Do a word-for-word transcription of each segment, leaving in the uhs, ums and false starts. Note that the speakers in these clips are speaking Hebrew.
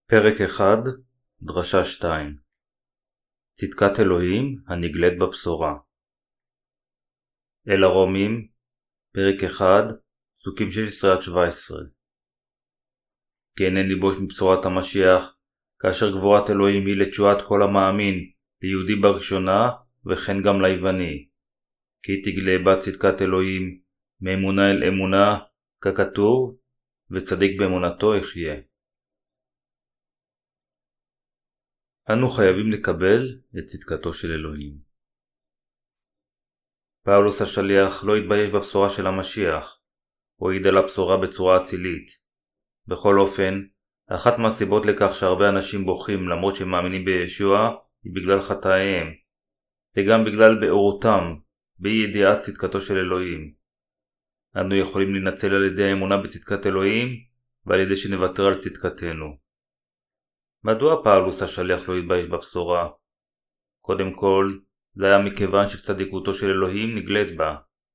פרק אחד, דרשה שתיים. צדקת אלוהים הנגלית בבשורה. אל הרומים, פרק אחד, פסוקים שש עשרה עד שבע עשרה. כי אינני בוש מבשורת המשיח, כאשר גבורת אלוהים היא לתשועת כל המאמין, ליהודי בראשונה וכן גם ליווני. כי תגלה בה צדקת אלוהים, מאמונה אל אמונה, ככתוב, וצדיק באמונתו יחיה. אנו חייבים לקבל את צדקתו של אלוהים. פאולוס השליח לא התבייש בבשורה של המשיח, הוא העיד על הבשורה בצורה אצילית. בכל אופן, אחת מהסיבות לכך שהרבה אנשים בוכים למרות שהם מאמינים בישוע היא בגלל חטאיהם. זה גם בגלל באורותם, באי ידיעת צדקתו של אלוהים. אנו יכולים לנצל על ידי האמונה בצדקת אלוהים ועל ידי שנוותר על צדקתנו. מדוע פאולוס השליח לא התבייש בבשורה? קודם כל, זה היה מכיוון שצדיקותו של אלוהים נגלית בה.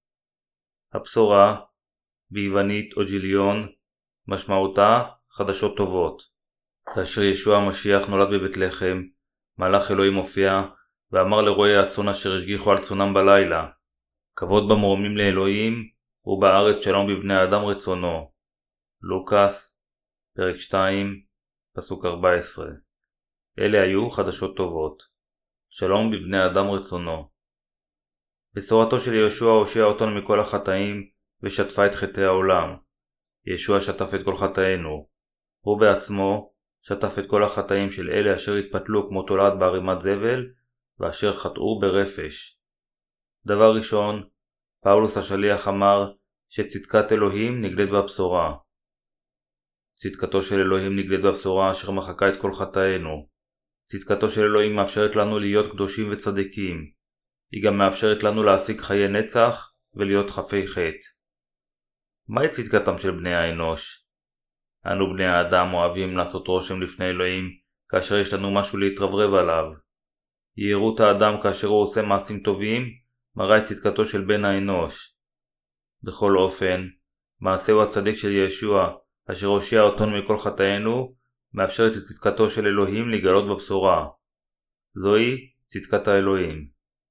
הבשורה, ביוונית או ג'יליון, משמעותה חדשות טובות. כאשר ישוע המשיח נולד בבית לחם, מלאך אלוהים הופיע ואמר לרועי הצאן אשר השגיחו על צאנם בלילה, כבוד במרומים לאלוהים ובארץ שלום בבני אדם רצונו. לוקאס, פרק שתיים, פסוק ארבע עשרה. אלה היו חדשות טובות. שלום בבני אדם רצונו. בשורתו של ישוע הושיע אותנו מכל החטאים ושטפה את חטאי העולם. ישוע שטף את כל חטאינו. הוא בעצמו שטף את כל החטאים של אלה אשר התפתלו כמו תולעת בערימת זבל ואשר חטאו ברפש. דבר ראשון, פאולוס השליח אמר שצדקת אלוהים נגלית בבשורה. צדקתו של אלוהים נגלית בבשורה אשר מחקה את כל חטאינו. צדקתו של אלוהים מאפשרת לנו להיות קדושים וצדיקים. היא גם מאפשרת לנו להשיג חיי נצח ולהיות חפי חטא. מהי צדקתם של בני האנוש? אנו בני האדם אוהבים לעשות רושם לפני אלוהים כאשר יש לנו משהו להתרברב עליו. יהירות האדם כאשר הוא עושה מעשים טובים מראה את צדקתו של בן האנוש. בכל אופן, מעשהו הצדיק של ישוע אשר הושיע אותנו מכל חטאינו, מאפשרת את צדקתו של אלוהים לגלות בבשורה. זוהי צדקת האלוהים.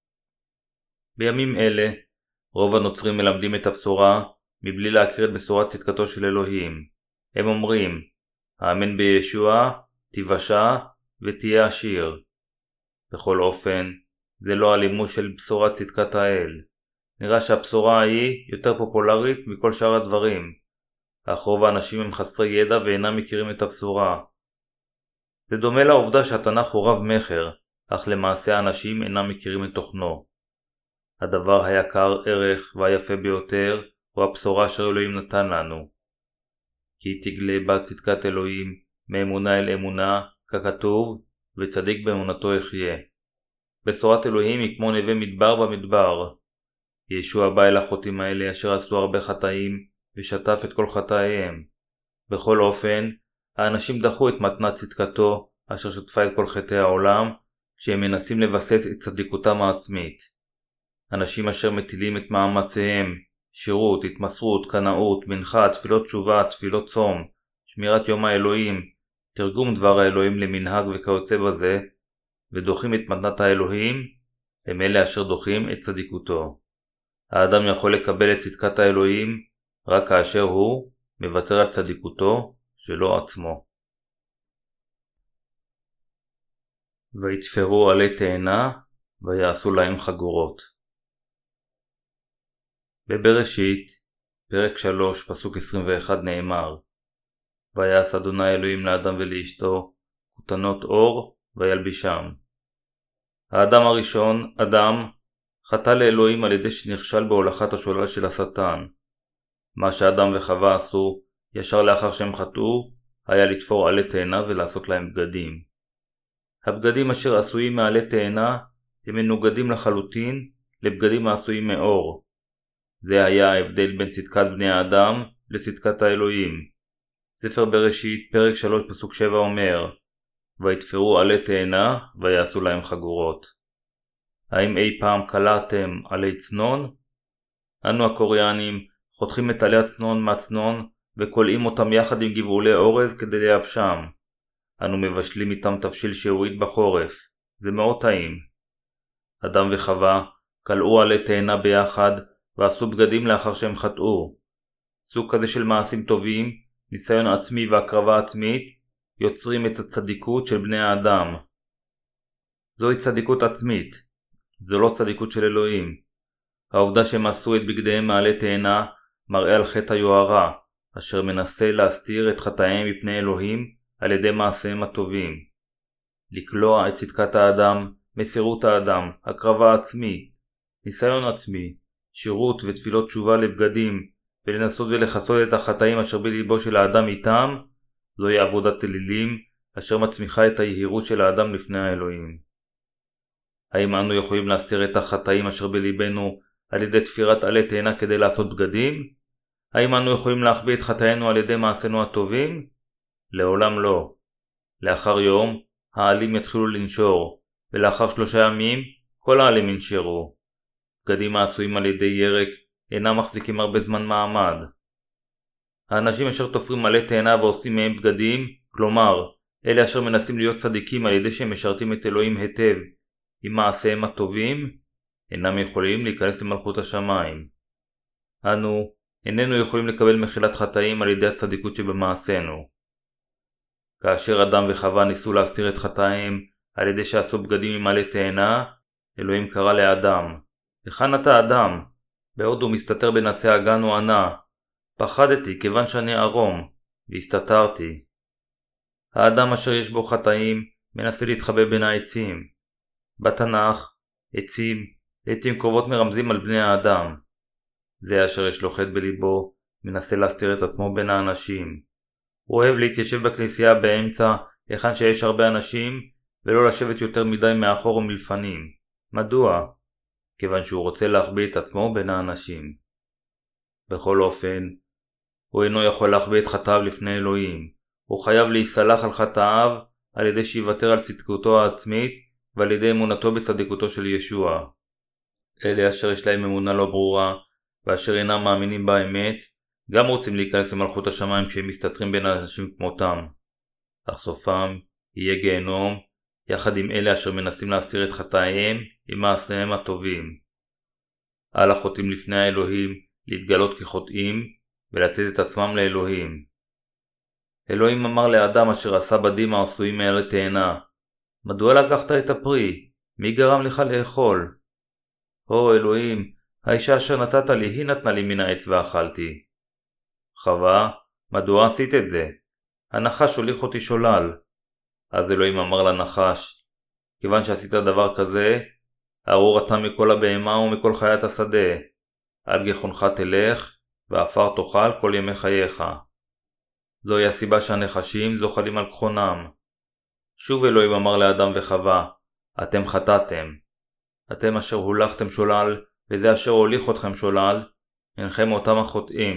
בימים אלה, רוב הנוצרים מלמדים את הבשורה מבלי להכיר את בשורת צדקתו של אלוהים. הם אומרים, האמן בישוע, תיוושע ותהיה עשיר. בכל אופן, זה לא הלימוש של בשורת צדקת האל. נראה שהבשורה היא יותר פופולרית מכל שאר הדברים. אך רוב האנשים הם חסרי ידע ואינם מכירים את הבשורה. זה דומה לעובדה שהתנ"ך הוא רב מחר, אך למעשה האנשים אינם מכירים את תוכנו. הדבר היקר ערך והיפה ביותר הוא הבשורה אשר אלוהים נתן לנו. כי תגלה בה צדקת אלוהים מאמונה אל אמונה, ככתוב, וצדיק באמונתו יחיה. בשורת אלוהים היא כמו נווה מדבר במדבר. ישוע בא אל החוטאים האלה אשר עשו הרבה חטאים, ושטף את כל חטאיהם. בכל אופן, האנשים דחו את מתנת צדקתו אשר שטפה את כל חטאי העולם, כשהם מנסים לבסס את צדיקותם העצמית. אנשים אשר מטילים את מאמציהם, שירות, התמסרות, קנאות, מנחה, תפילות תשובה, תפילות צום, שמירת יום האלוהים, תרגום דבר האלוהים למנהג וכיוצא בזה, ודוחים את מתנת האלוהים, הם אלה אשר דוחים את צדיקותו. האדם יכול לקבל את צדקת האלוהים רק כאשר הוא מוותר על צדיקותו שלו עצמו. ויתפרו עלי תאנה ויעשו להם חגורות. בבראשית, פרק שלוש, פסוק עשרים ואחת נאמר, ויעש אדוני אלוהים לאדם ולאשתו כותנות אור וילבישם. האדם הראשון, אדם, חטא לאלוהים על ידי שנכשל בהולכת השולל של השטן. מה שאדם וחווה עשו, ישר לאחר שהם חטאו, היה לתפור עלי תאנה ולעשות להם בגדים. הבגדים אשר עשויים מעלי תאנה, הם מנוגדים לחלוטין לבגדים העשויים מאור. זה היה ההבדל בין צדקת בני האדם לצדקת האלוהים. ספר בראשית, פרק שלוש, פסוק שבע אומר, ויתפרו עלי תאנה ויעשו להם חגורות. האם אי פעם קלעתם עלי צנון? אנו הקוריאנים חותכים את עלי הצנון מהצנון וקולעים אותם יחד עם גבעולי אורז כדי לייבשם. אנו מבשלים איתם תבשיל שאורית בחורף. זה מאוד טעים. אדם וחווה קלעו עלי תאנה ביחד ועשו בגדים לאחר שהם חטאו. סוג כזה של מעשים טובים, ניסיון עצמי והקרבה עצמית, יוצרים את הצדיקות של בני האדם. זוהי צדיקות עצמית. זו לא צדיקות של אלוהים. העובדה שהם עשו את בגדיהם מעלי תאנה מראה על חטא היוהרה, אשר מנסה להסתיר את חטאיהם מפני אלוהים על ידי מעשיהם הטובים. לקלוע את צדקת האדם, מסירות האדם, הקרבה עצמית, ניסיון עצמי, שירות ותפילות תשובה לבגדים, ולנסות ולחסות את החטאים אשר בליבו של האדם איתם, זוהי עבודת אלילים אשר מצמיחה את היהירות של האדם לפני האלוהים. האם אנו יכולים להסתיר את החטאים אשר בליבנו על ידי תפירת עלי תאנה כדי לעשות בגדים? האם אנו יכולים להחביא את חטאינו על ידי מעשינו הטובים? לעולם לא. לאחר יום העלים יתחילו לנשור, ולאחר שלושה ימים כל העלים ינשרו. בגדים העשויים על ידי ירק אינם מחזיקים הרבה זמן מעמד. האנשים אשר תופרים עלי תאנה ועושים מהם בגדים, כלומר, אלה אשר מנסים להיות צדיקים על ידי שהם משרתים את אלוהים היטב עם מעשיהם הטובים, אינם יכולים להיכנס למלכות השמיים. אנו איננו יכולים לקבל מחילת חטאים על ידי הצדיקות שבמעשינו. כאשר אדם וחווה ניסו להסתיר את חטאיהם על ידי שעשו בגדים עם עלי תאנה, אלוהים קרא לאדם, היכן אתה אדם? בעוד הוא מסתתר בין עצי הגן הוא ענה, פחדתי כיוון שאני ערום, והסתתרתי. האדם אשר יש בו חטאים מנסה להתחבא בין העצים. בתנ"ך, עצים, לעתים קרובות מרמזים על בני האדם. זה אשר יש לו חטא בליבו, מנסה להסתיר את עצמו בין האנשים. הוא אוהב להתיישב בכנסייה באמצע, היכן שיש הרבה אנשים, ולא לשבת יותר מדי מאחור ומלפנים. מדוע? כיוון שהוא רוצה להחביא את עצמו בין האנשים. בכל אופן, הוא אינו יכול להחביא את חטאיו לפני אלוהים. הוא חייב להיסלח על חטאיו על ידי שיוותר על צדקותו העצמית ועל ידי אמונתו בצדיקותו של ישוע. אלה אשר יש להם אמונה לא ברורה ואשר אינם מאמינים באמת, גם רוצים להיכנס למלכות השמיים כשהם מסתתרים בין אנשים כמותם. אך סופם יהיה גיהנום, יחד עם אלה אשר מנסים להסתיר את חטאיהם עם מעשיהם הטובים. על החוטאים לפני האלוהים להתגלות כחוטאים ולתת את עצמם לאלוהים. אלוהים אמר לאדם אשר עשה בדים העשויים מעלי תאנה, מדוע לקחת את הפרי? מי גרם לך לאכול? או אלוהים, האישה אשר נתת לי היא נתנה לי מן העץ ואכלתי. חווה, מדוע עשית את זה? הנחש הוליך אותי שולל. אז אלוהים אמר לנחש, כיוון שעשית דבר כזה, ארור אתה מכל הבהמה ומכל חיית השדה. על גחונך תלך, ואפר תאכל כל ימי חייך. זוהי הסיבה שהנחשים זוחלים על גחונם. שוב אלוהים אמר לאדם וחווה, אתם חטאתם. אתם אשר הולכתם שולל, וזה אשר הוליך אתכם שולל, אינכם אותם החוטאים.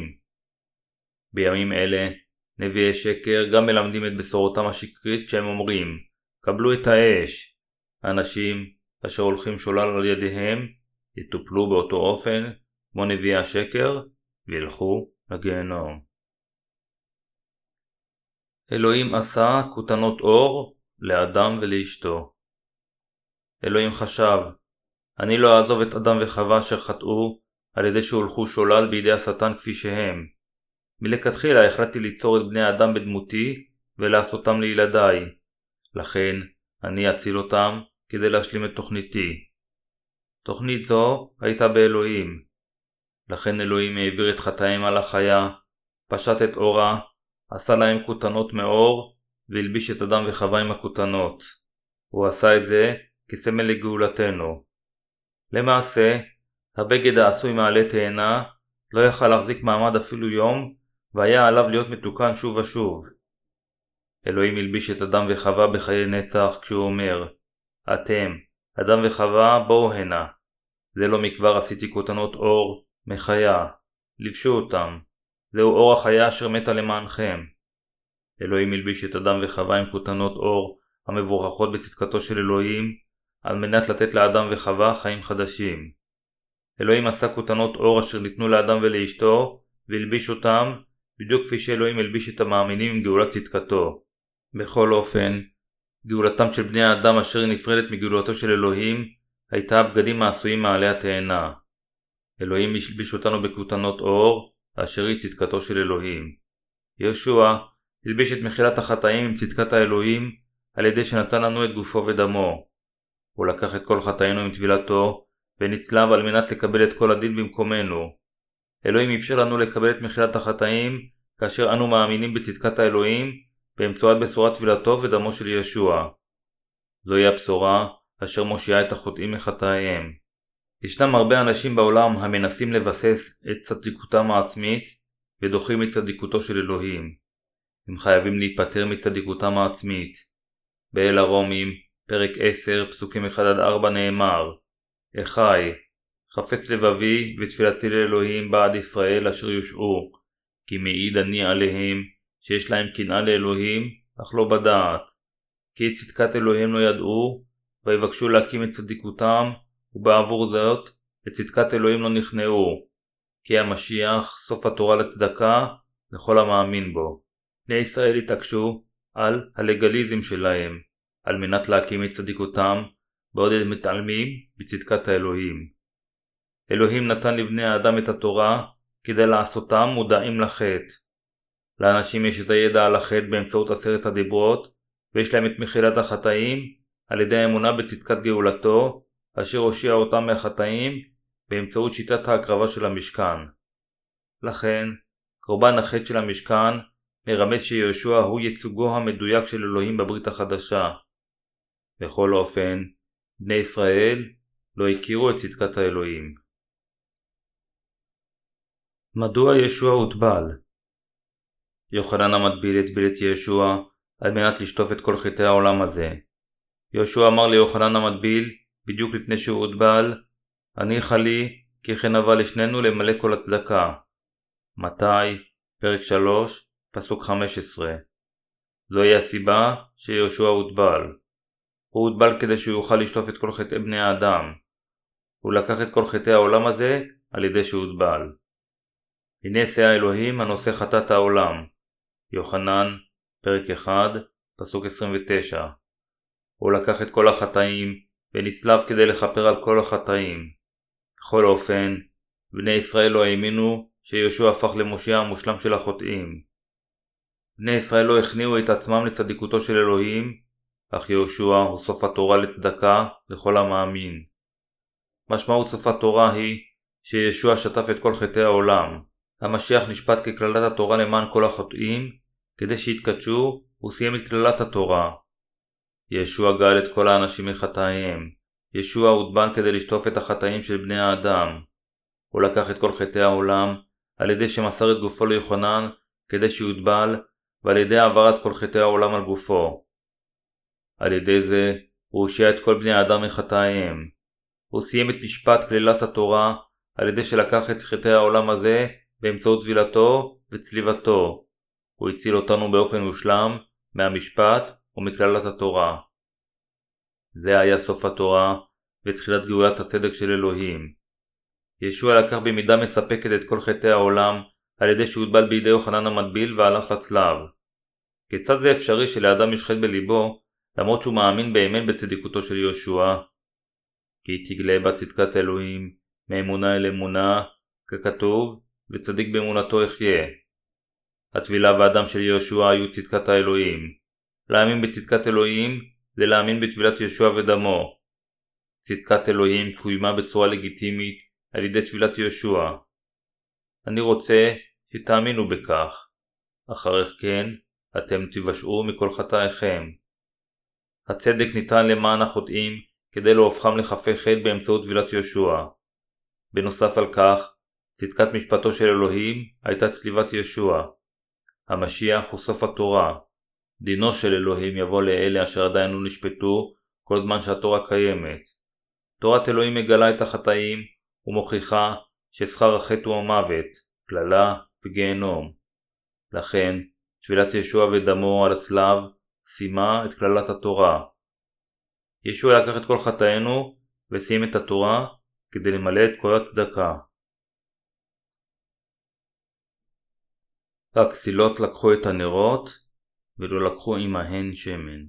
בימים אלה, נביאי שקר גם מלמדים את בשורותם השקרית כשהם אומרים, קבלו את האש. אנשים אשר הולכים שולל על ידיהם, יטופלו באותו אופן, כמו נביאי השקר, וילכו לגיהנום. אלוהים עשה כותנות אור לאדם ולאשתו. אלוהים חשב, אני לא אעזוב את אדם וחווה אשר חטאו על ידי שהולכו שולל בידי השטן כפי שהם. מלכתחילה החלטתי ליצור את בני האדם בדמותי ולעשותם לילדיי. לכן אני אציל אותם כדי להשלים את תוכניתי. תוכנית זו הייתה באלוהים. לכן אלוהים העביר את חטאיהם על החיה, פשט את אורה, עשה להם כותנות מאור והלביש את אדם וחווה עם הכותנות. הוא עשה את זה כסמל לגאולתנו. למעשה, הבגד העשוי מעלי תאנה לא יכל להחזיק מעמד אפילו יום, והיה עליו להיות מתוקן שוב ושוב. אלוהים הלביש את אדם וחווה בחיי נצח כשהוא אומר, אתם, אדם וחווה, בואו הנה. זה לא מכבר עשיתי כותנות אור מחיה, לבשו אותם. זהו אור החיה אשר מתה למענכם. אלוהים הלביש את אדם וחווה עם כותנות אור המבורכות בצדקתו של אלוהים, על מנת לתת לאדם וחווה חיים חדשים. אלוהים עשה כותנות אור אשר ניתנו לאדם ולאשתו, והלביש אותם, בדיוק כפי שאלוהים הלביש את המאמינים עם גאולת צדקתו. בכל אופן, גאולתם של בני האדם אשר נפרדת מגאולתו של אלוהים הייתה הבגדים העשויים מעלי התאנה. אלוהים השלביש אותנו בכותנות אור, אשר היא צדקתו של אלוהים. יהושע הלביש את מחילת החטאים עם צדקת האלוהים על ידי שנתן לנו את גופו ודמו. הוא לקח את כל חטאינו עם טבילתו ונצלב על מנת לקבל את כל הדין במקומנו. אלוהים אפשר לנו לקבל את מחילת החטאים כאשר אנו מאמינים בצדקת האלוהים באמצעות בשורת טבילתו ודמו של יהושע. זוהי הבשורה אשר מושיעה את החוטאים מחטאיהם. ישנם הרבה אנשים בעולם המנסים לבסס את צדיקותם העצמית ודוחים את צדיקותו של אלוהים. הם חייבים להיפטר מצדיקותם העצמית. באל הרומים, פרק עשר, פסוקים אחד עד ארבע נאמר: אחי, חפץ לבבי ותפילתי לאלוהים בעד ישראל אשר יושעו, כי מעיד אני עליהם שיש להם קנאה לאלוהים, אך לא בדעת. כי את צדקת אלוהים לא ידעו, ויבקשו להקים את צדיקותם, ובעבור זאת, את צדקת אלוהים לא נכנעו. כי המשיח, סוף התורה לצדקה, לכל המאמין בו. בני ישראל התעקשו על הלגליזם שלהם, על מנת להקים את צדיקותם, בעוד הם מתעלמים בצדקת האלוהים. אלוהים נתן לבני האדם את התורה, כדי לעשותם מודעים לחטא. לאנשים יש את הידע על החטא באמצעות עשרת הדיברות, ויש להם את מחילת החטאים על ידי האמונה בצדקת גאולתו, אשר הושיע אותם מהחטאים באמצעות שיטת ההקרבה של המשכן. לכן, קורבן החטא של המשכן מרמז שיהושע הוא ייצוגו המדויק של אלוהים בברית החדשה. בכל אופן, בני ישראל לא הכירו את צדקת האלוהים. מדוע יהושע הוטבל? יוחנן המטביל הטביל את יהושע על מנת לשטוף את כל חטאי העולם הזה. יהושע אמר ליוחנן המטביל בדיוק לפני שהוא הוטבל: הניח לי כי כן הבא לשנינו למלא כל הצדקה. מתי, פרק שלוש, פסוק חמש עשרה. זוהי הסיבה שיהושע הוטבל. הוא הוטבל כדי שהוא יוכל לשטוף את כל חטאי בני האדם. הוא לקח את כל חטאי העולם הזה על ידי שהוטבל. הנה שא האלוהים הנושא חטאת העולם. יוחנן, פרק אחד, פסוק עשרים ותשע. הוא לקח את כל החטאים ונצלב כדי לכפר על כל החטאים. בכל אופן, בני ישראל לא האמינו שיהושע הפך למושיע המושלם של החוטאים. בני ישראל לא הכניעו את עצמם לצדיקותו של אלוהים, אך יהושע הוא סוף התורה לצדקה לכל המאמין. משמעות סוף התורה היא שיהושע שטף את כל חטאי העולם. המשיח נשפט ככללת התורה למען כל החוטאים, כדי שיתקדשו הוא סיים את כללת התורה. יהושע גאל את כל האנשים מחטאיהם. יהושע הוטבל כדי לשטוף את החטאים של בני האדם. הוא לקח את כל חטאי העולם על ידי שמסר את גופו ליוחנן כדי שיוטבל, ועל ידי העברת כל חטאי העולם על גופו. על ידי זה הוא הושיע את כל בני האדם מחטאיהם. הוא סיים את משפט כללת התורה על ידי שלקח את חטאי העולם הזה באמצעות טבילתו וצליבתו. הוא הציל אותנו באופן מושלם מהמשפט ומכללת התורה. זה היה סוף התורה ותחילת גאולת הצדק של אלוהים. יהושע לקח במידה מספקת את כל חטאי העולם על ידי שהוטבל בידי יוחנן המטביל והלך לצלב. כיצד זה אפשרי שלאדם יש חטא בליבו למרות שהוא מאמין באמת בצדיקותו של יהושע? כי תגלה בה צדקת אלוהים מאמונה אל אמונה, ככתוב, וצדיק באמונתו יחיה. הטבילה והדם של יהושע היו צדקת האלוהים. להאמין בצדקת אלוהים זה להאמין בטבילת יהושע ודמו. צדקת אלוהים קוימה בצורה לגיטימית על ידי טבילת יהושע. אני רוצה שתאמינו בכך. אחריך כן, אתם תיוושעו מכל חטאיכם. הצדק ניתן למען החוטאים כדי להופכם לחפי חטא באמצעות טבילת יהושע. בנוסף על כך, צדקת משפטו של אלוהים הייתה צליבת יהושע. המשיח הוא סוף התורה. דינו של אלוהים יבוא לאלה אשר עדיין לא נשפטו כל זמן שהתורה קיימת. תורת אלוהים מגלה את החטאים ומוכיחה ששכר החטא הוא המוות, כללה וגיהנום. לכן, טבילת יהושע ודמו על הצלב סיימה את כללת התורה. יהושע לקח את כל חטאינו וסיים את התורה כדי למלא את כל הצדקה. הכסילות לקחו את הנרות ולא לקחו עמהן שמן.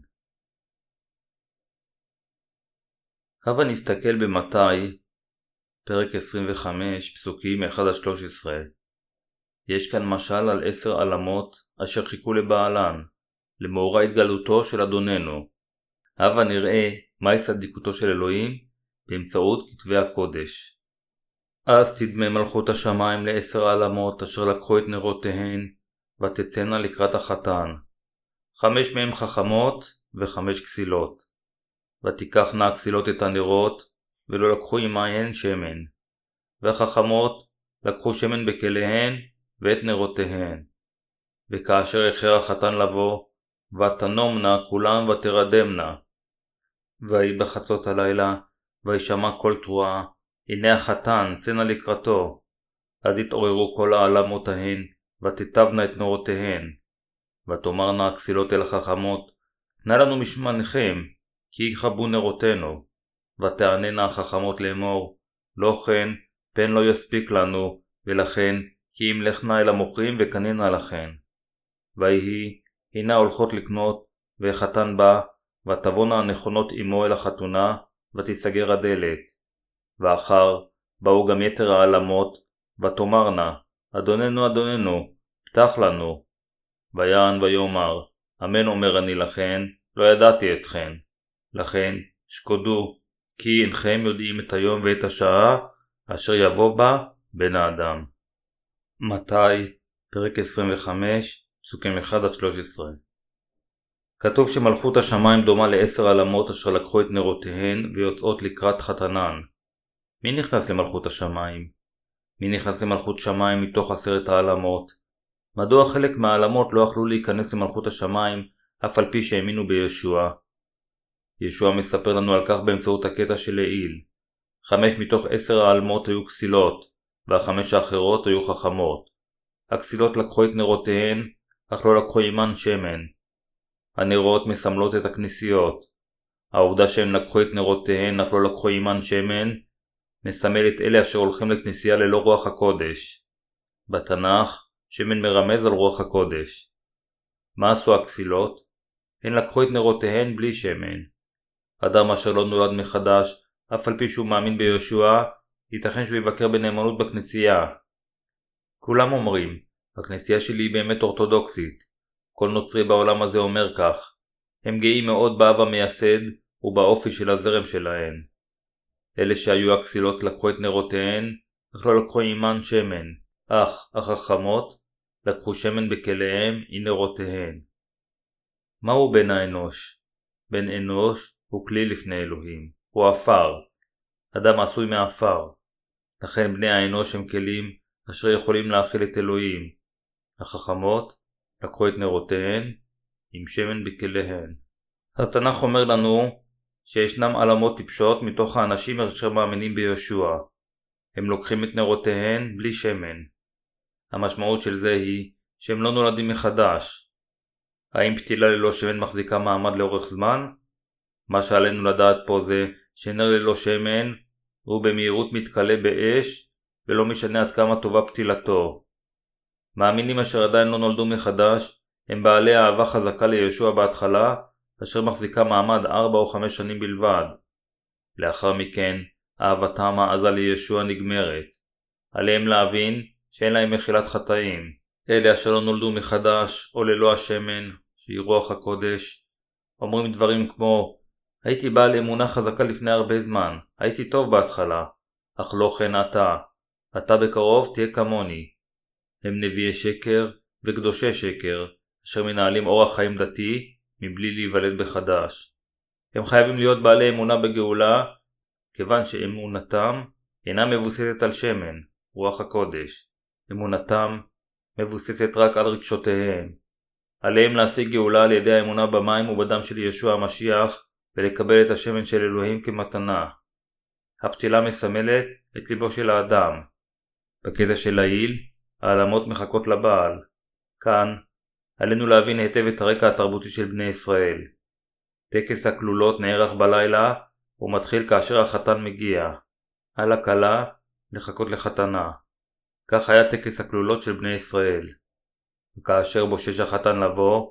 הבה נסתכל במתי, פרק עשרים וחמש, פסוקים אחד עד שלוש עשרה. יש כאן משל על עשר עלמות אשר חיכו לבעלן, למאורע התגלותו של אדוננו. הבה נראה מהי צדיקותו של אלוהים באמצעות כתבי הקודש. אז תדמה מלכות השמיים לעשר העלמות אשר לקחו את נרותיהן, ותצאנה לקראת החתן. חמש מהם חכמות וחמש כסילות. ותיקחנה הכסילות את הנרות, ולא לקחו עמהן שמן. והחכמות לקחו שמן בכליהן ואת נרותיהן. וכאשר החר החתן לבוא, ותנומנה כולן ותרדמנה. ויהי בחצות הלילה, וישמע קול תרועה, הנה החתן, צאנה לקראתו. אז התעוררו כל העלמות ההן, ותטבנה את נרותיהן. ותאמרנה הכסילות אל החכמות, תנה לנו משמנכם, כי יכבו נרותינו. ותעננה החכמות לאמור, לא כן, פן לא יספיק לנו, ולכן, כי אם לכנה אל המוכרים וקנינה לכן. ויהי, הנה הולכות לקנות, והחתן בא, ותבונה הנכונות עמו אל החתונה, ותיסגר הדלת. ואחר, באו גם יתר העלמות, ותאמרנה, אדוננו אדוננו, פתח לנו. ויען ויאמר, אמן אומר אני לכן, לא ידעתי אתכן. לכן, שקודו, כי אינכם יודעים את היום ואת השעה, אשר יבוא בה בן האדם. מתי, פרק עשרים וחמש, פסוקים אחד עד שלוש עשרה. כתוב שמלכות השמיים דומה לעשר עלמות אשר לקחו את נרותיהן ויוצאות לקראת חתנן. מי נכנס למלכות השמיים? מי נכנס למלכות שמיים מתוך עשרת העלמות? מדוע חלק מהעלמות לא יכלו להיכנס למלכות השמיים אף על פי שהאמינו בישוע? ישוע מספר לנו על כך באמצעות הקטע של לעיל. חמש מתוך עשר העלמות היו כסילות, והחמש האחרות היו חכמות. הכסילות לקחו את נרותיהן, אך לא לקחו עמן שמן. הנרות מסמלות את הכנסיות. העובדה שהם לקחו את נרותיהן, אך לא לקחו עמן שמן, מסמל את אלה אשר הולכים לכנסייה ללא רוח הקודש. בתנ"ך, שמן מרמז על רוח הקודש. מה עשו הכסילות? הן לקחו את נרותיהן בלי שמן. אדם אשר לא נולד מחדש, אף על פי שהוא מאמין בישוע, ייתכן שהוא יבקר בנאמנות בכנסייה. כולם אומרים, הכנסייה שלי היא באמת אורתודוקסית. כל נוצרי בעולם הזה אומר כך. הם גאים מאוד באב המייסד ובאופי של הזרם שלהם. אלה שהיו הכסילות לקחו את נרותיהן, אך לא לקחו עמן שמן. אך החכמות לקחו שמן בכליהם עם נרותיהן. מהו בן האנוש? בן אנוש הוא כלי לפני אלוהים. הוא אפר. אדם עשוי מאפר. לכן בני האנוש הם כלים אשר יכולים להכיל את אלוהים. החכמות לקחו את נרותיהן עם שמן בכליהן. התנ"ך אומר לנו שישנם עלמות טיפשות מתוך האנשים אשר מאמינים בישוע. הם לוקחים את נרותיהן בלי שמן. המשמעות של זה היא שהם לא נולדים מחדש. האם פתילה ללא שמן מחזיקה מעמד לאורך זמן? מה שעלינו לדעת פה זה שנר ללא שמן הוא במהירות מתכלה באש ולא משנה עד כמה טובה פתילתו. מאמינים אשר עדיין לא נולדו מחדש הם בעלי אהבה חזקה לישוע בהתחלה אשר מחזיקה מעמד ארבע או חמש שנים בלבד. לאחר מכן אהבתם העזה לישוע נגמרת. עליהם להבין שאין להם מחילת חטאים. אלה אשר לא נולדו מחדש או ללא השמן שהיא רוח הקודש אומרים דברים כמו הייתי בעל אמונה חזקה לפני הרבה זמן, הייתי טוב בהתחלה, אך לא כן אתה, אתה בקרוב תהיה כמוני. הם נביאי שקר וקדושי שקר, אשר מנהלים אורח חיים דתי מבלי להיוולד בחדש. הם חייבים להיות בעלי אמונה בגאולה, כיוון שאמונתם אינה מבוססת על שמן, רוח הקודש. אמונתם מבוססת רק על רגשותיהם. עליהם להשיג גאולה על ידי האמונה במים ובדם של ישוע המשיח, ולקבל את השמן של אלוהים כמתנה. הפתילה מסמלת את ליבו של האדם. בקטע של לעיל, העלמות מחכות לבעל. כאן, עלינו להבין היטב את הרקע התרבותי של בני ישראל. טקס הכלולות נערך בלילה, ומתחיל כאשר החתן מגיע. על הכלה, לחכות לחתנה. כך היה טקס הכלולות של בני ישראל. וכאשר בושש החתן לבוא,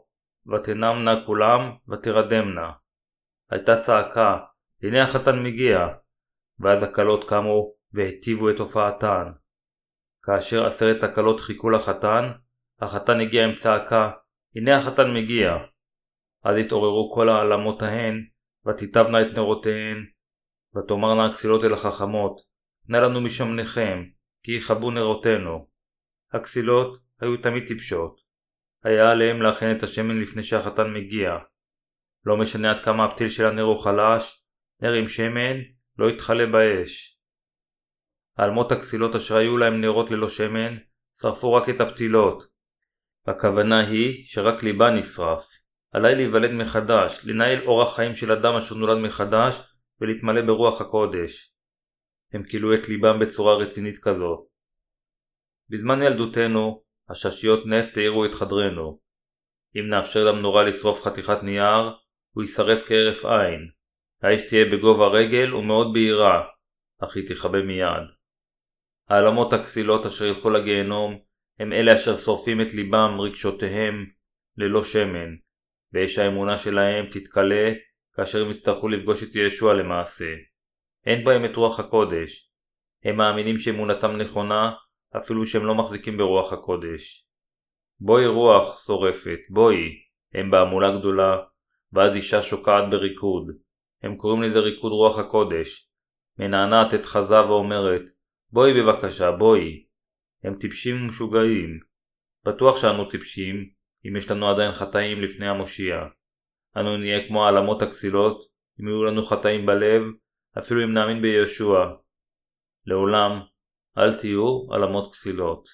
ותנמנה כולם ותרדמנה. הייתה צעקה, הנה החתן מגיע, ואז הכלות קמו והטיבו את הופעתן. כאשר עשרת הכלות חיכו לחתן, החתן הגיע עם צעקה, הנה החתן מגיע. אז התעוררו כל העלמות ההן, ותיטבנה את נרותיהן, ותאמרנה הכסילות אל החכמות, תנה לנו משמניכם, כי יכבו נרותינו. הכסילות היו תמיד טיפשות. היה עליהם להכין את השמן לפני שהחתן מגיע. לא משנה עד כמה הפתיל של הנר הוא חלש, נר עם שמן לא יתחלה באש. העלמות הכסילות אשר היו להם נרות ללא שמן, שרפו רק את הפתילות. הכוונה היא שרק ליבה נשרף. עליי להיוולד מחדש, לנהל אורח חיים של אדם אשר נולד מחדש ולהתמלא ברוח הקודש. הם קילו את ליבם בצורה רצינית כזו. בזמן ילדותנו, הששיות נפט העירו את חדרנו. אם נאפשר למנורה לשרוף חתיכת נייר, הוא יישרף כהרף עין. האש תהיה בגובה רגל ומאוד בהירה, אך היא תכבה מיד. העלמות הכסילות אשר ילכו לגיהנום הם אלה אשר שורפים את ליבם רגשותיהם ללא שמן, ואש האמונה שלהם תתקלה כאשר הם יצטרכו לפגוש את ישוע למעשה. אין בהם את רוח הקודש. הם מאמינים שאמונתם נכונה אפילו שהם לא מחזיקים ברוח הקודש. בואי רוח שורפת, בואי, הם בהמולה גדולה, ואז אישה שוקעת בריקוד. הם קוראים לזה ריקוד רוח הקודש. מנענעת את חזה ואומרת, בואי בבקשה, בואי. הם טיפשים ומשוגעים. בטוח שאנו טיפשים, אם יש לנו עדיין חטאים לפני המושיע. אנו נהיה כמו העלמות הכסילות, אם יהיו לנו חטאים בלב, אפילו אם נאמין בישוע. לעולם, אל תהיו עלמות כסילות.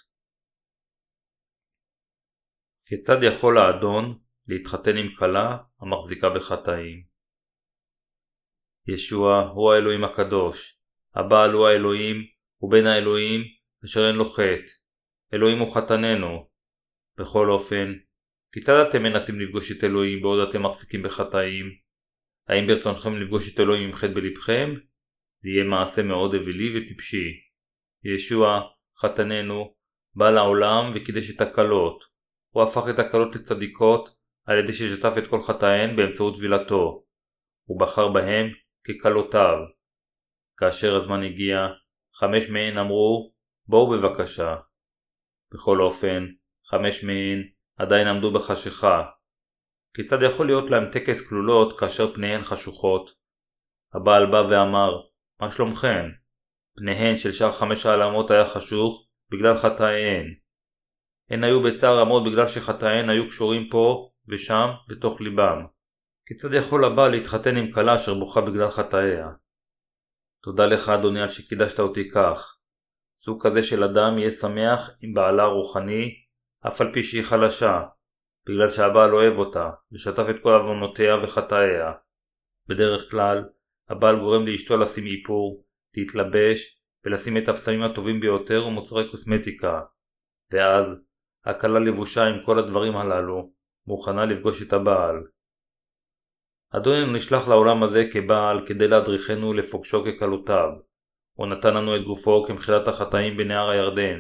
כיצד יכול האדון להתחתן עם כלה המחזיקה בחטאים? ישוע הוא האלוהים הקדוש. הבעל הוא האלוהים, הוא בן האלוהים, אשר אין לו חטא. אלוהים הוא חתננו. בכל אופן, כיצד אתם מנסים לפגוש את אלוהים בעוד אתם מחזיקים בחטאים? האם ברצונכם לפגוש את אלוהים עם חטא בלבכם? זה יהיה מעשה מאוד אווילי וטיפשי. ישוע, חתננו, בא לעולם וקידש את הכלות. הוא הפך את הכלות לצדיקות על ידי ששטף את כל חטאיהן באמצעות טבילתו. הוא בחר בהם ככלותיו. כאשר הזמן הגיע, חמש מהן אמרו, בואו בבקשה. בכל אופן, חמש מהן עדיין עמדו בחשיכה. כיצד יכול להיות להם טקס כלולות כאשר פניהן חשוכות? הבעל בא ואמר, מה שלומכן? פניהן של שאר חמש העלמות היה חשוך בגלל חטאיהן. הן היו בצער עמוד בגלל שחטאיהן היו קשורים פה ושם בתוך ליבם. כיצד יכול הבעל להתחתן עם כלה אשר בוכה בגלל חטאיה? תודה לך אדוני על שקידשת אותי כך. סוג כזה של אדם יהיה שמח עם בעלה רוחני, אף על פי שהיא חלשה, בגלל שהבעל אוהב אותה ושטף את כל עוונותיה וחטאיה. בדרך כלל, הבעל גורם לאשתו לשים איפור, להתלבש ולשים את הפסמים הטובים ביותר ומוצרי קוסמטיקה. ואז, הכלה לבושה עם כל הדברים הללו, מוכנה לפגוש את הבעל. אדוננו נשלח לעולם הזה כבעל כדי להדריכנו לפוגשו ככלותיו. הוא נתן לנו את גופו כמחילת החטאים בנהר הירדן.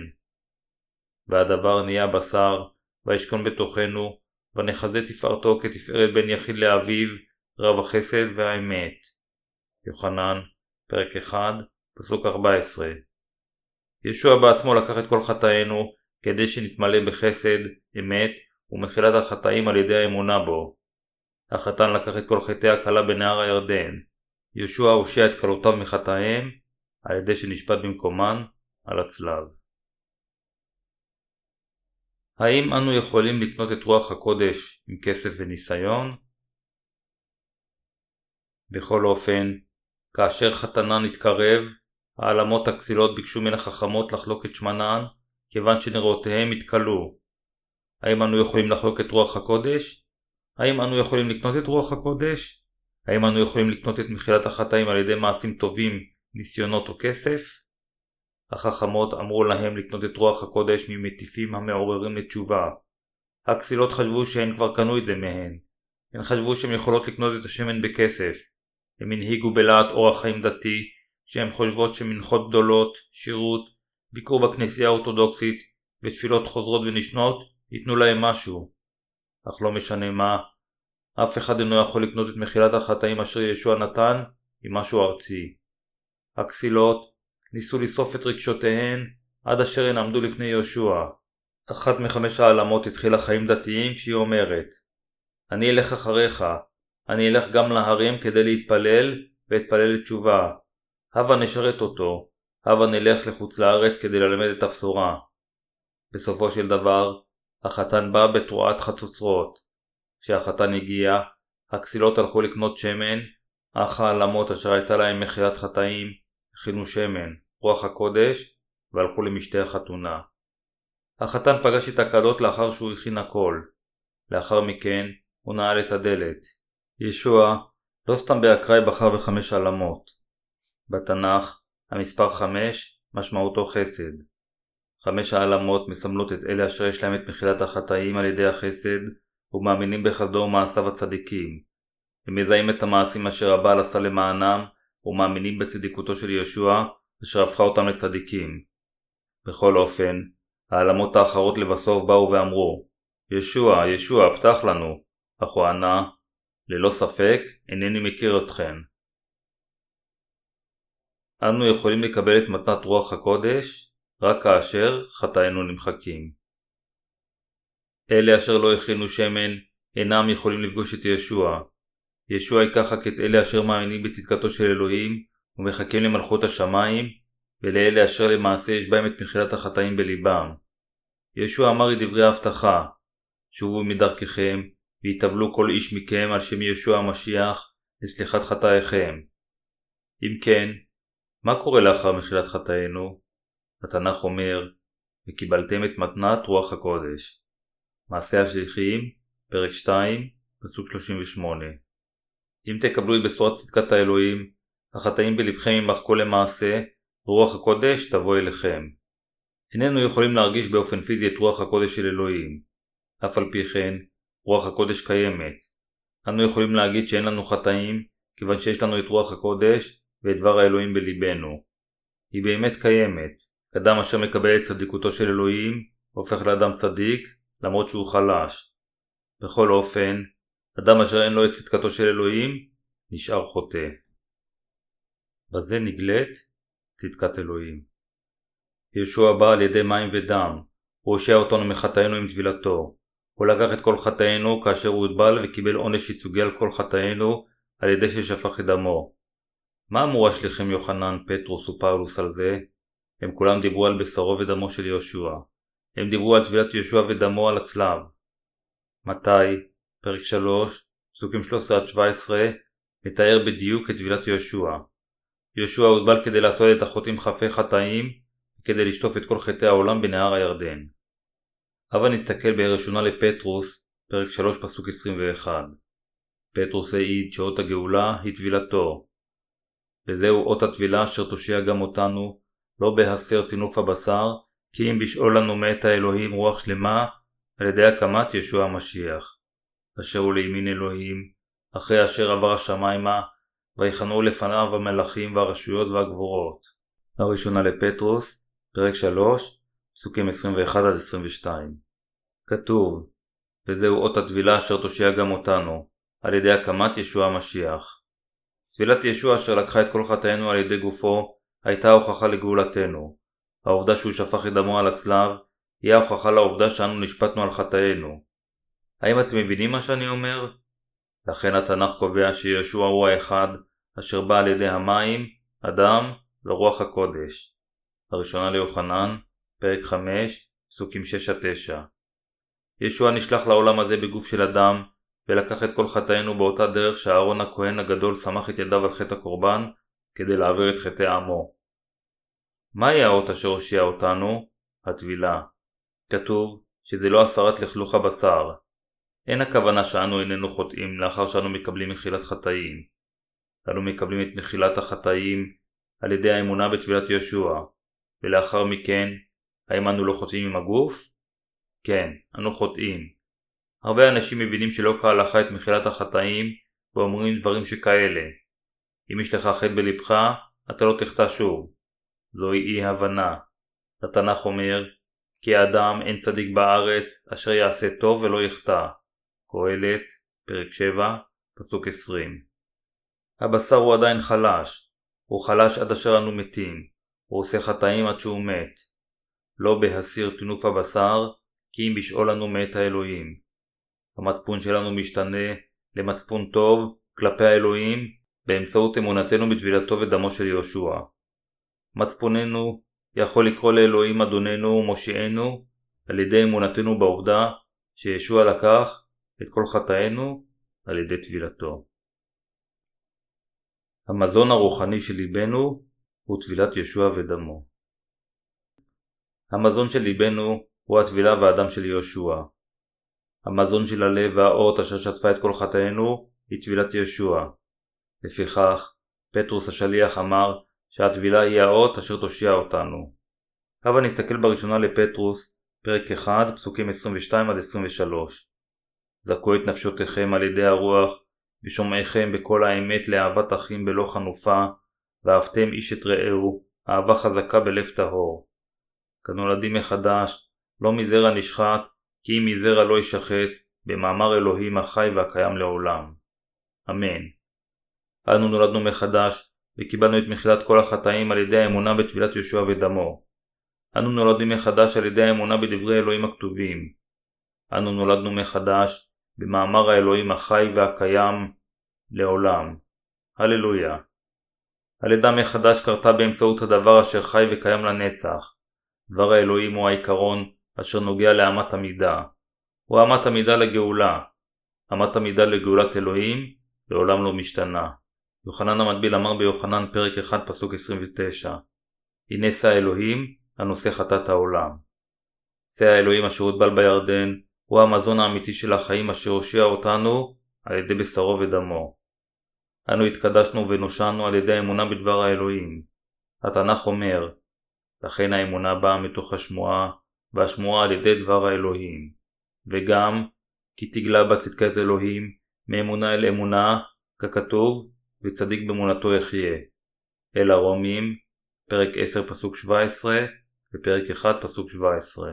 והדבר נהיה בשר, וישכון בתוכנו, ונחזה תפארתו כתפארת בן יחיד לאביו, רב החסד והאמת. יוחנן, פרק אחד, פסוק ארבע עשרה. ישוע בעצמו לקח את כל חטאינו, כדי שנתמלא בחסד, אמת, ומחילת החטאים על ידי האמונה בו. החתן לקח את כל חטאי הכלה בנהר הירדן. ישוע הושיע את כלותיו מחטאיהם, על ידי שנשפט במקומן על הצלב. האם אנו יכולים לקנות את רוח הקודש עם כסף וניסיון? בכל אופן, כאשר חתנן התקרב, העלמות הכסילות ביקשו מן החכמות לחלוק את שמנן, כיוון שנרותיהם התקלו. האם אנו יכולים לחלוק את רוח הקודש? האם אנו יכולים לקנות את רוח הקודש? האם אנו יכולים לקנות את מחילת החטאים על ידי מעשים טובים, ניסיונות או כסף? החכמות אמרו להם לקנות את רוח הקודש ממטיפים המעוררים לתשובה. הכסילות חשבו שהן כבר קנו את זה מהן. הן חשבו שהן יכולות לקנות את השמן בכסף. הם הנהיגו בלהט אורח חיים דתי, שהן חושבות שמנחות גדולות, שירות, ביקור בכנסייה האורתודוקסית ותפילות חוזרות ונשנות ייתנו להם משהו. אך לא משנה מה, אף אחד אינו יכול לקנות את מחילת החטאים אשר ישוע נתן עם משהו ארצי. הכסילות ניסו לשרוף את רגשותיהן עד אשר הן עמדו לפני יהושע. אחת מחמש העלמות התחילה חיים דתיים כשהיא אומרת, אני אלך אחריך, אני אלך גם להרים כדי להתפלל ואתפלל לתשובה. הבה נשרת אותו, הבה נלך לחוץ לארץ כדי ללמד את הבשורה. בסופו של דבר, החתן בא בתרועת חצוצרות. כשהחתן הגיע, הכסילות הלכו לקנות שמן, אך העלמות אשר הייתה להם מחילת חטאים הכינו שמן, רוח הקודש, והלכו למשתה החתונה. החתן פגש את הכלות לאחר שהוא הכין הכל. לאחר מכן הוא נעל את הדלת. ישוע לא סתם באקראי בחר בחמש העלמות. בתנ"ך המספר חמש משמעותו חסד. חמש העלמות מסמלות את אלה אשר יש להם את מחילת החטאים על ידי החסד ומאמינים בחסדו ומעשיו הצדיקים. הם מזהים את המעשים אשר הבעל עשה למענם ומאמינים בצדיקותו של ישוע אשר הפכה אותם לצדיקים. בכל אופן, העלמות האחרות לבסוף באו ואמרו, ישוע, ישוע, פתח לנו. אך הוא ענה, ללא ספק, אינני מכיר אתכם. אנו יכולים לקבל את מתנת רוח הקודש רק כאשר חטאינו נמחקים. אלה אשר לא הכינו שמן אינם יכולים לפגוש את ישוע. ישוע ייקח רק את אלה אשר מאמינים בצדקתו של אלוהים ומחכים למלכות השמיים, ולאלה אשר למעשה יש בהם את מחילת החטאים בליבם. ישוע אמר את דברי ההבטחה, שובו מדרככם ויתאבלו כל איש מכם על שם ישוע המשיח לסליחת חטאיכם. אם כן, מה קורה לאחר מחילת חטאינו? התנ"ך אומר, וקיבלתם את מתנת רוח הקודש. מעשה השליחים, פרק שתיים, פסוק שלושים ושמונה. אם תקבלו את בשורת צדקת האלוהים, החטאים בלבכם ימחקו למעשה, ורוח הקודש תבוא אליכם. איננו יכולים להרגיש באופן פיזי את רוח הקודש של אלוהים. אף על פי כן, רוח הקודש קיימת. אנו יכולים להגיד שאין לנו חטאים, כיוון שיש לנו את רוח הקודש ואת דבר האלוהים בליבנו. היא באמת קיימת. אדם אשר מקבל את צדיקותו של אלוהים, הופך לאדם צדיק, למרות שהוא חלש. בכל אופן, אדם אשר אין לו את צדקתו של אלוהים, נשאר חוטא. בזה נגלית צדקת אלוהים. ישוע בא על ידי מים ודם, הוא הושיע אותנו מחטאינו עם טבילתו. הוא לקח את כל חטאינו כאשר הוא הוטבל וקיבל עונש ייצוגי על כל חטאינו על ידי ששפך את דמו. מה אמרו השליחים יוחנן, פטרוס ופאולוס על זה? הם כולם דיברו על בשרו ודמו של יהושע. הם דיברו על טבילת יהושע ודמו על הצלב. מתי, פרק שלוש, פסוקים שלוש עשרה עד שבע עשרה, מתאר בדיוק את טבילת יהושע. יהושע הוטבל כדי לעשות את החוטאים חפי חטאים, וכדי לשטוף את כל חטאי העולם בנהר הירדן. אבל נסתכל בראשונה לפטרוס, פרק שלוש פסוק עשרים ואחת. פטרוס העיד שאות הגאולה היא טבילתו. וזהו אות הטבילה אשר תושיע גם אותנו, לא בהסר טינוף הבשר, כי אם בשאול לנו מאת האלוהים רוח שלמה, על ידי הקמת ישוע המשיח. אשר הוא לימין אלוהים, אחרי אשר עבר השמיימה, ויחנו לפניו המלאכים והרשויות והגבורות. הראשונה לפטרוס, פרק שלוש, פסוקים עשרים ואחת עד עשרים ושתיים. כתוב, וזהו אות הטבילה אשר תושיע גם אותנו, על ידי הקמת ישוע המשיח. טבילת ישוע אשר לקחה את כל חטאינו על ידי גופו, הייתה הוכחה לגאולתנו. העובדה שהוא שפך את דמו על הצלב, היא ההוכחה לעובדה שאנו נשפטנו על חטאינו. האם אתם מבינים מה שאני אומר? לכן התנ"ך קובע שישוע הוא האחד, אשר בא על ידי המים, הדם ורוח הקודש. הראשונה ליוחנן, פרק חמש, פסוקים שש עד תשע. ישוע נשלח לעולם הזה בגוף של אדם, ולקח את כל חטאינו באותה דרך שאהרון הכהן הגדול סמך את ידיו על חטא הקורבן, כדי להעביר את חטאי עמו. מהי האות אשר הושיע אותנו? הטבילה. כתוב שזה לא הסרת לכלוך הבשר. אין הכוונה שאנו איננו חוטאים לאחר שאנו מקבלים מחילת חטאים. אנו מקבלים את מחילת החטאים על ידי האמונה בטבילת ישוע, ולאחר מכן, האם אנו לא חוטאים עם הגוף? כן, אנו חוטאים. הרבה אנשים מבינים שלא כהלכה את מחילת החטאים ואומרים דברים שכאלה. אם יש לך חטא בלבך, אתה לא תחטא שוב. זוהי אי הבנה. התנ"ך אומר, כי האדם אין צדיק בארץ אשר יעשה טוב ולא יחטא. קהלת, פרק שבע, פסוק עשרים. הבשר הוא עדיין חלש, הוא חלש עד אשר אנו מתים, הוא עושה חטאים עד שהוא מת. לא בהסיר תינוף הבשר, כי אם בשאול לנו מאת האלוהים. המצפון שלנו משתנה למצפון טוב כלפי האלוהים באמצעות אמונתנו בטבילתו ודמו של יהושע. מצפוננו יכול לקרוא לאלוהים אדוננו ומושיענו על ידי אמונתנו בעובדה שישוע לקח את כל חטאינו על ידי טבילתו. המזון הרוחני של ליבנו הוא טבילת ישוע ודמו. המזון של ליבנו הוא הטבילה והדם של יהושע. המזון של הלב והאורת אשר שטפה את כל חטאינו היא טבילת ישוע. לפיכך, פטרוס השליח אמר שהטבילה היא האות אשר תושיע אותנו. הבה נסתכל בראשונה לפטרוס, פרק אחד, פסוקים עשרים ושתיים עד עשרים ושלוש. זכו את נפשותיכם על ידי הרוח, ושומעיכם בכל האמת לאהבת אחים בלא חנופה, ואהבתם איש את רעהו, אהבה חזקה בלב טהור. כנולדים מחדש, לא מזרע נשחט, כי אם מזרע לא ישחט, במאמר אלוהים החי והקיים לעולם. אמן. אנו נולדנו מחדש, וקיבלנו את מחילת כל החטאים על ידי האמונה בטבילת ישוע ודמו. אנו נולדים מחדש על ידי האמונה בדברי אלוהים הכתובים. אנו נולדנו מחדש במאמר האלוהים החי והקיים לעולם. הללויה. הלידה מחדש קרתה באמצעות הדבר אשר חי וקיים לנצח. דבר האלוהים הוא העיקרון אשר נוגע לאמת המידה. הוא אמת המידה לגאולה. אמת המידה לגאולת אלוהים לעולם לא משתנה. יוחנן המטביל אמר ביוחנן פרק אחד פסוק עשרים ותשע. הנה שא האלוהים הנושא חטאת העולם. שא האלוהים אשר הוטבל בירדן הוא המזון האמיתי של החיים אשר הושיע אותנו על ידי בשרו ודמו. אנו התקדשנו ונושענו על ידי האמונה בדבר האלוהים. התנ"ך אומר, לכן האמונה באה מתוך השמועה, והשמועה על ידי דבר האלוהים. וגם, כי תגלה בצדקת אלוהים, מאמונה אל אמונה, ככתוב, וצדיק באמונתו יחיה. אל הרומים, פרק עשר פסוק שבע עשרה, ופרק אחד פסוק שבע עשרה.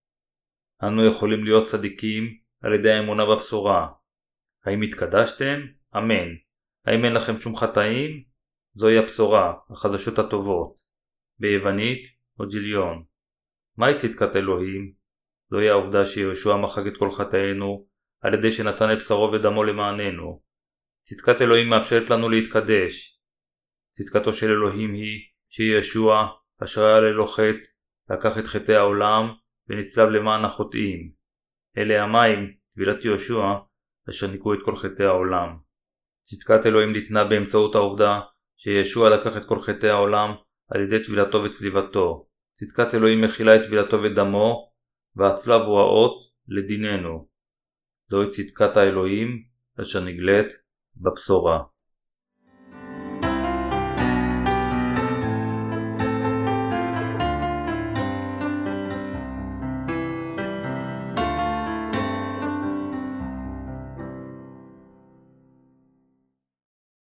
אנו יכולים להיות צדיקים על ידי האמונה בבשורה. האם התקדשתם? אמן. האם אין לכם שום חטאים? זוהי הבשורה, החדשות הטובות. ביוונית, אוג'יליון. מהי צדקת אלוהים? זוהי העובדה שיהושע מחק את כל חטאינו על ידי שנתן את בשרו ודמו למעננו. צדקת אלוהים מאפשרת לנו להתקדש. צדקתו של אלוהים היא שישוע, אשר היה ללא חטא, לקח את חטאי העולם ונצלב למען החוטאים. אלה המים, טבילת יהושע, אשר ניקו את כל חטאי העולם. צדקת אלוהים ניתנה באמצעות העובדה שישוע לקח את כל חטאי העולם על ידי טבילתו וצליבתו. צדקת אלוהים מכילה את טבילתו ודמו, והצלב הוא האות לדיננו. זוהי צדקת האלוהים אשר נגלית בבשורה.